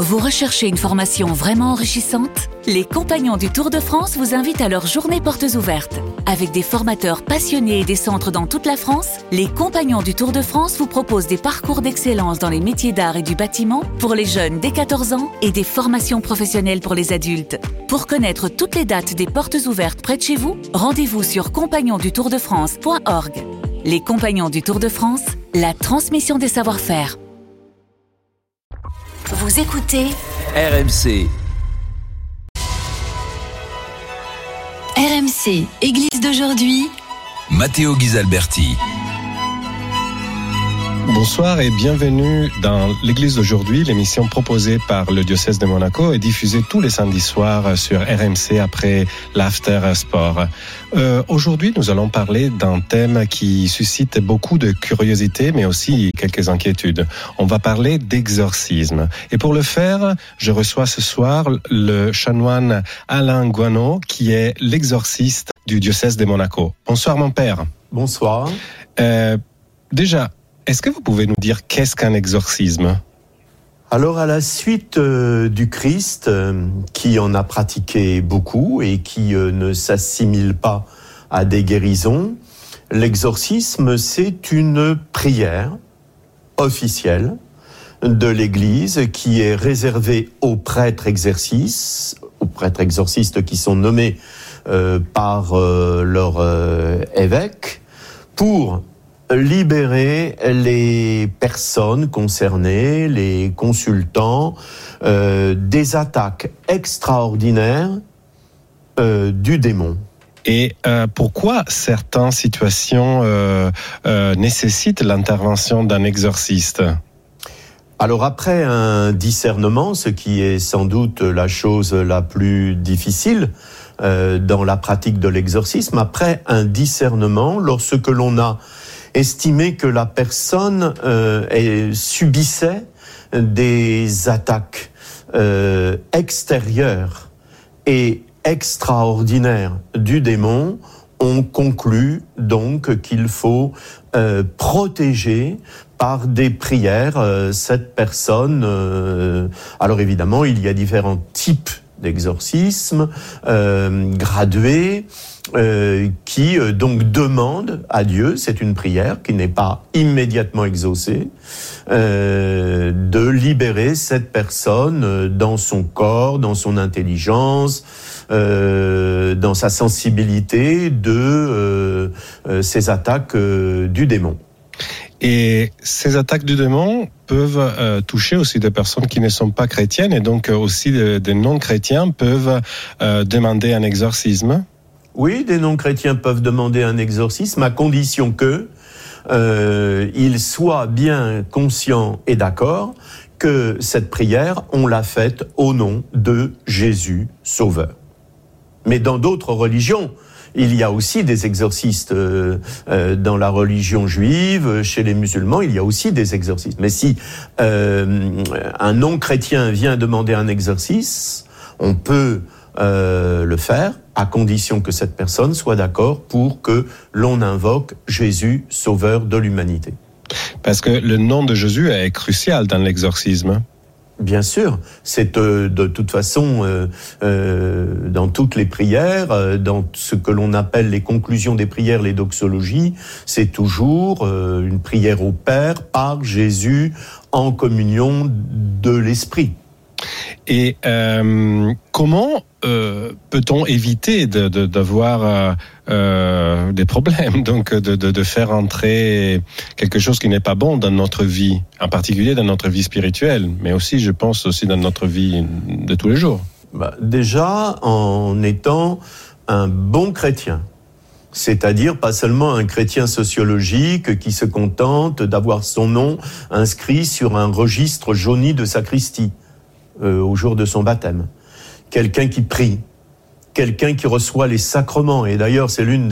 Vous recherchez une formation vraiment enrichissante ? Les Compagnons du Tour de France vous invitent à leur journée portes ouvertes. Avec des formateurs passionnés et des centres dans toute la France, les Compagnons du Tour de France vous proposent des parcours d'excellence dans les métiers d'art et du bâtiment pour les jeunes dès 14 ans et des formations professionnelles pour les adultes. Pour connaître toutes les dates des portes ouvertes près de chez vous, rendez-vous sur compagnonsdutourdefrance.org. Les Compagnons du Tour de France, la transmission des savoir-faire. Vous écoutez RMC. RMC, Église d'aujourd'hui. Matteo Ghisalberti. Bonsoir et bienvenue dans l'Église d'aujourd'hui, l'émission proposée par le diocèse de Monaco et diffusée tous les samedis soirs sur RMC après l'After Sport. Aujourd'hui, nous allons parler d'un thème qui suscite beaucoup de curiosité, mais aussi quelques inquiétudes. On va parler d'exorcisme. Et pour le faire, je reçois ce soir le chanoine Alain Guano, qui est l'exorciste du diocèse de Monaco. Bonsoir mon père. Bonsoir. Déjà, est-ce que vous pouvez nous dire qu'est-ce qu'un exorcisme ? Alors, à la suite du Christ, qui en a pratiqué beaucoup et qui ne s'assimile pas à des guérisons, l'exorcisme, c'est une prière officielle de l'Église qui est réservée aux prêtres exorcistes qui sont nommés par leur évêque pour libérer les personnes concernées, les consultants, des attaques extraordinaires du démon. Et pourquoi certaines situations nécessitent l'intervention d'un exorciste ? Alors après un discernement, ce qui est sans doute la chose la plus difficile dans la pratique de l'exorcisme, après un discernement, lorsque l'on a estimé que la personne subissait des attaques extérieures et extraordinaires du démon, on conclut donc qu'il faut protéger par des prières cette personne. Alors évidemment, il y a différents types d'exorcisme gradués, qui donc demande à Dieu, c'est une prière qui n'est pas immédiatement exaucée, de libérer cette personne dans son corps, dans son intelligence, dans sa sensibilité de ces attaques du démon. Et ces attaques du démon peuvent toucher aussi des personnes qui ne sont pas chrétiennes et donc aussi des non-chrétiens peuvent demander un exorcisme. Oui, des non-chrétiens peuvent demander un exorcisme à condition que ils soient bien conscients et d'accord que cette prière, on l'a faite au nom de Jésus Sauveur. Mais dans d'autres religions, il y a aussi des exorcistes dans la religion juive, chez les musulmans, il y a aussi des exorcistes. Mais si un non-chrétien vient demander un exorcisme, on peut le faire à condition que cette personne soit d'accord pour que l'on invoque Jésus, sauveur de l'humanité. Parce que le nom de Jésus est crucial dans l'exorcisme. Bien sûr, c'est de toute façon dans toutes les prières, dans ce que l'on appelle les conclusions des prières, les doxologies, c'est toujours une prière au Père par Jésus en communion de l'Esprit. Et comment peut-on éviter d'avoir des problèmes, donc de faire entrer quelque chose qui n'est pas bon dans notre vie, en particulier dans notre vie spirituelle, mais aussi, je pense, aussi dans notre vie de tous les jours? Déjà, en étant un bon chrétien. C'est-à-dire pas seulement un chrétien sociologique qui se contente d'avoir son nom inscrit sur un registre jauni de sacristie au jour de son baptême. Quelqu'un qui prie, quelqu'un qui reçoit les sacrements. Et d'ailleurs, c'est un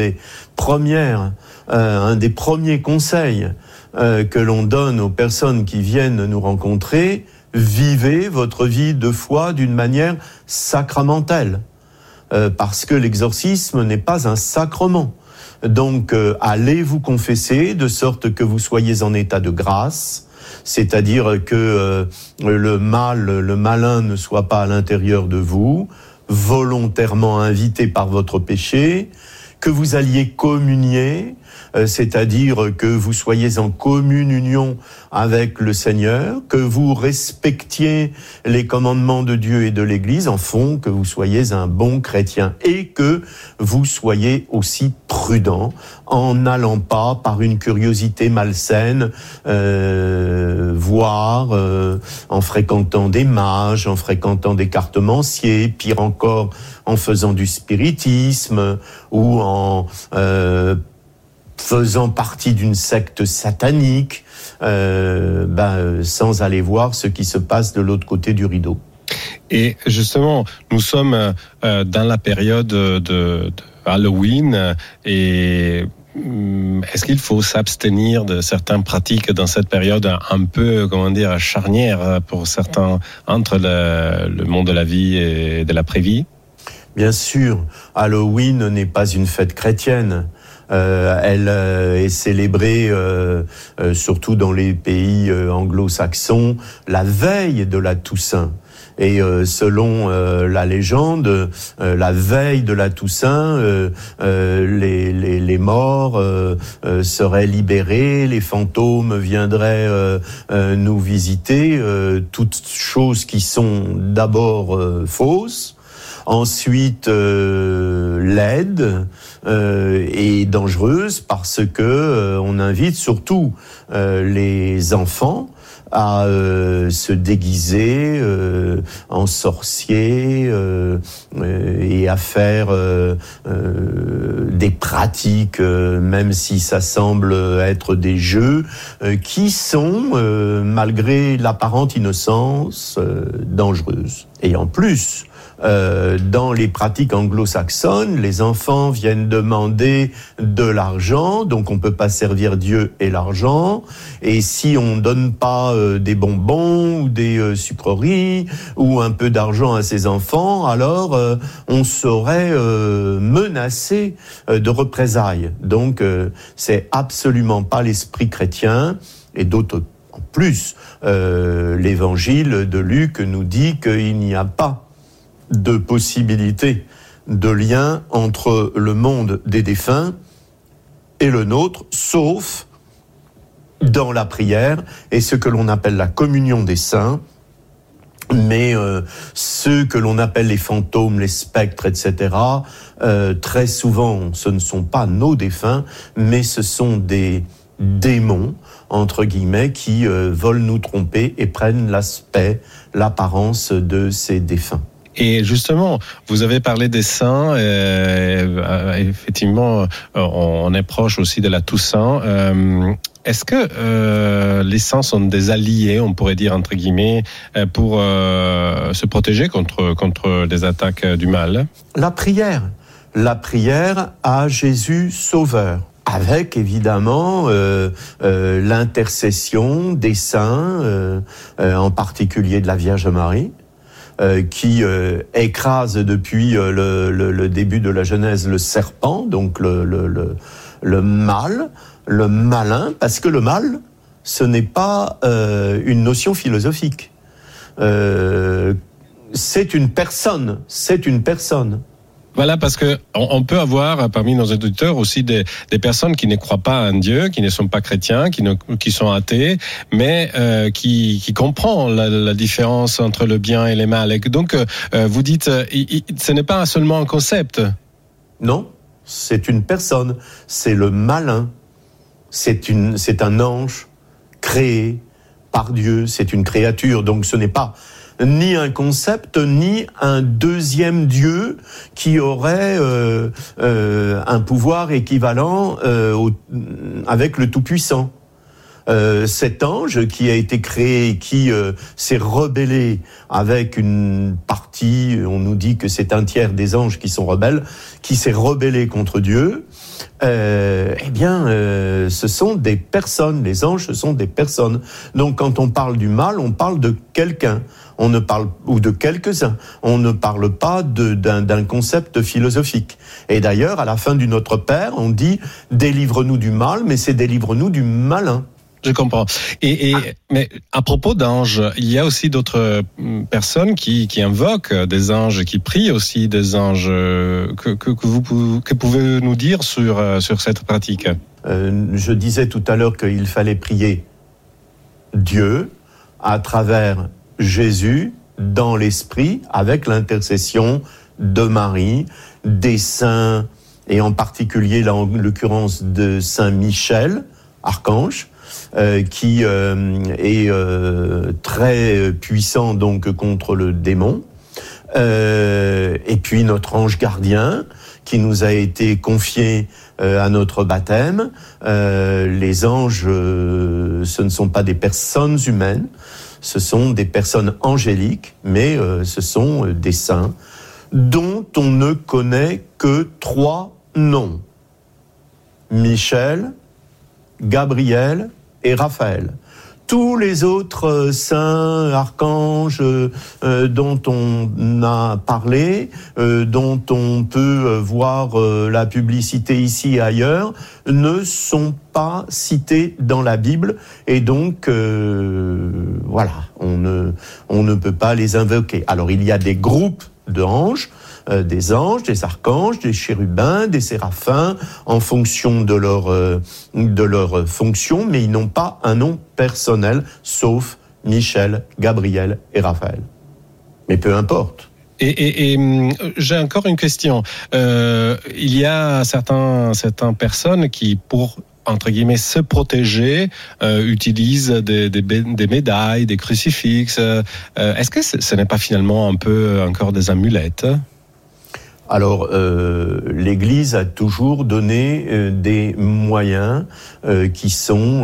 des premiers conseils que l'on donne aux personnes qui viennent nous rencontrer. Vivez votre vie de foi d'une manière sacramentelle. Parce que l'exorcisme n'est pas un sacrement. Donc, allez vous confesser de sorte que vous soyez en état de grâce C'est-à-dire que le malin ne soit pas à l'intérieur de vous, volontairement invité par votre péché, que vous alliez communier, c'est-à-dire que vous soyez en commune union avec le Seigneur, que vous respectiez les commandements de Dieu et de l'Église, en fond, que vous soyez un bon chrétien et que vous soyez aussi prudent en n'allant pas par une curiosité malsaine, voire en fréquentant des mages, en fréquentant des cartomanciers, pire encore en faisant du spiritisme ou en faisant partie d'une secte satanique, sans aller voir ce qui se passe de l'autre côté du rideau. Et justement, nous sommes dans la période de Halloween et est-ce qu'il faut s'abstenir de certaines pratiques dans cette période un peu, charnière pour certains entre le monde de la vie et de l'après-vie ? Bien sûr, Halloween n'est pas une fête chrétienne. Elle est célébrée surtout dans les pays anglo-saxons la veille de la Toussaint. Et selon la légende, la veille de la Toussaint, les morts seraient libérés, les fantômes viendraient nous visiter, toutes choses qui sont d'abord fausses, ensuite laides et dangereuses parce que on invite surtout les enfants à se déguiser en sorciers et à faire des pratiques, même si ça semble être des jeux, qui sont, malgré l'apparente innocence, dangereuses. Et en plus, dans les pratiques anglo-saxonnes, les enfants viennent demander de l'argent, donc on peut pas servir Dieu et l'argent. Et si on donne pas des bonbons ou des sucreries ou un peu d'argent à ces enfants, alors on serait menacé de représailles. Donc c'est absolument pas l'esprit chrétien. Et d'autres en plus, l'évangile de Luc nous dit qu'il n'y a pas de possibilité de lien entre le monde des défunts et le nôtre, sauf dans la prière et ce que l'on appelle la communion des saints. Mais ceux que l'on appelle les fantômes, les spectres, etc., très souvent, ce ne sont pas nos défunts, mais ce sont des démons, entre guillemets, qui veulent nous tromper et prennent l'aspect, l'apparence de ces défunts. Et justement, vous avez parlé des saints, effectivement, on est proche aussi de la Toussaint. Est-ce que les saints sont des alliés, on pourrait dire, entre guillemets, pour se protéger contre les attaques du mal ? La prière à Jésus Sauveur. Avec évidemment l'intercession des saints, en particulier de la Vierge Marie, qui écrase depuis le début de la Genèse le serpent, donc le mal, le malin, parce que le mal, ce n'est pas une notion philosophique. C'est une personne. Voilà, parce que on peut avoir parmi nos auditeurs aussi des personnes qui ne croient pas en Dieu, qui ne sont pas chrétiens, qui sont athées, mais qui comprennent la différence entre le bien et le mal. Et donc, vous dites, ce n'est pas seulement un concept. Non, c'est une personne, c'est le malin, c'est un ange créé par Dieu, c'est une créature, donc ce n'est pas ni un concept, ni un deuxième Dieu qui aurait un pouvoir équivalent avec le Tout-Puissant. Cet ange qui a été créé, qui s'est rebellé avec une partie, on nous dit que c'est un tiers des anges qui sont rebelles, qui s'est rebellé contre Dieu, ce sont des personnes, les anges, ce sont des personnes. Donc quand on parle du mal, on parle de quelqu'un. On ne parle, ou de quelques-uns. On ne parle pas d'un concept philosophique. Et d'ailleurs, à la fin du Notre Père, on dit « délivre-nous du mal », mais c'est « délivre-nous du malin ». Je comprends. Mais à propos d'anges, il y a aussi d'autres personnes qui invoquent des anges, qui prient aussi des anges. Que pouvez-vous nous dire sur cette pratique? Je disais tout à l'heure qu'il fallait prier Dieu à travers Jésus dans l'esprit, avec l'intercession de Marie, des saints, et en particulier là en l'occurrence de Saint Michel, archange, qui est très puissant donc contre le démon, et puis notre ange gardien qui nous a été confié à notre baptême. Les anges, ce ne sont pas des personnes humaines, ce sont des personnes angéliques, mais ce sont des saints dont on ne connaît que 3 noms. Michel, Gabriel et Raphaël. Tous les autres saints, archanges dont on a parlé, dont on peut voir la publicité ici et ailleurs, ne sont pas cités dans la Bible et donc voilà, on ne peut pas les invoquer. Alors il y a des groupes d'anges, des anges, des archanges, des chérubins, des séraphins, en fonction de leur fonction, mais ils n'ont pas un nom personnel, sauf Michel, Gabriel et Raphaël. Mais peu importe. Et j'ai encore une question. Il y a certaines personnes qui, pour entre guillemets, se protéger, utilisent des médailles, des crucifixes. Est-ce que ce n'est pas finalement un peu encore des amulettes ? Alors, l'Église a toujours donné des moyens qui sont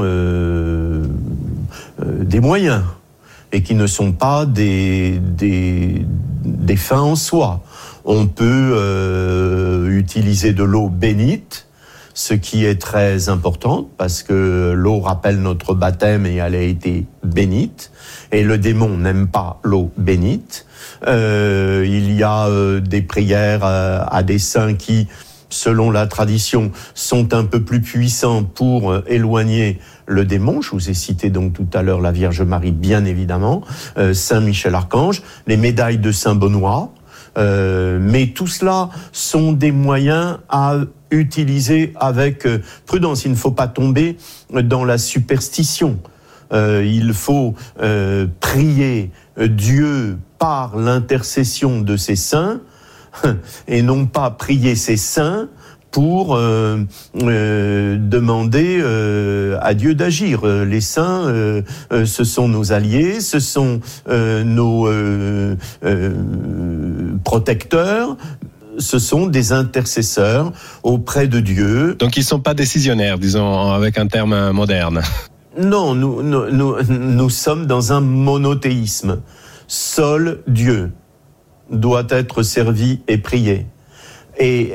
des moyens et qui ne sont pas des fins en soi. On peut utiliser de l'eau bénite, ce qui est très important parce que l'eau rappelle notre baptême et elle a été bénite. Et le démon n'aime pas l'eau bénite. Il y a des prières à des saints qui, selon la tradition, sont un peu plus puissants pour éloigner le démon. Je vous ai cité donc tout à l'heure la Vierge Marie, bien évidemment, Saint Michel Archange, les médailles de Saint Benoît. Mais tout cela sont des moyens à utiliser avec prudence. Il ne faut pas tomber dans la superstition. Il faut prier Dieu par l'intercession de ses saints et non pas prier ses saints pour demander à Dieu d'agir. Les saints, ce sont nos alliés, ce sont nos protecteurs, ce sont des intercesseurs auprès de Dieu. Donc ils ne sont pas décisionnaires, disons, avec un terme moderne. Non, nous sommes dans un monothéisme. Seul Dieu doit être servi et prié. Et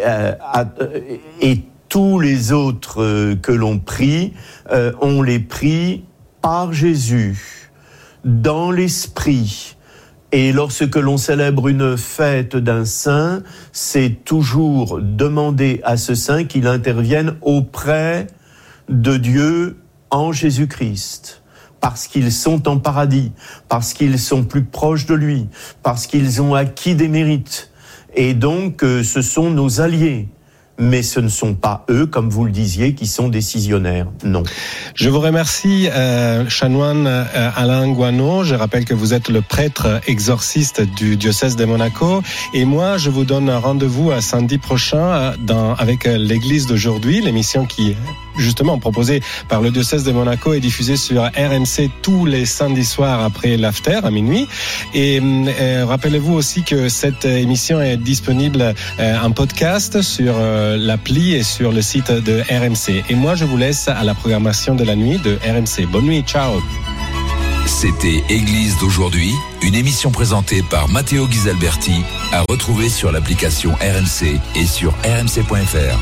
tous les autres que l'on prie, on les prie par Jésus, dans l'esprit. Et lorsque l'on célèbre une fête d'un saint, c'est toujours demander à ce saint qu'il intervienne auprès de Dieu en Jésus-Christ. Parce qu'ils sont en paradis, parce qu'ils sont plus proches de lui, parce qu'ils ont acquis des mérites. Et donc, ce sont nos alliés. Mais ce ne sont pas eux, comme vous le disiez, qui sont décisionnaires. Non. Je vous remercie, chanoine Alain Guano. Je rappelle que vous êtes le prêtre exorciste du diocèse de Monaco. Et moi, je vous donne un rendez-vous à samedi prochain avec l'Église d'aujourd'hui, l'émission qui est justement proposée par le diocèse de Monaco et diffusée sur RMC tous les samedis soirs après l'after à minuit. Et rappelez-vous aussi que cette émission est disponible en podcast sur l'appli et sur le site de RMC. Et moi, je vous laisse à la programmation de la nuit de RMC. Bonne nuit, ciao. C'était Église d'aujourd'hui, une émission présentée par Matteo Ghisalberti, à retrouver sur l'application RMC et sur rmc.fr.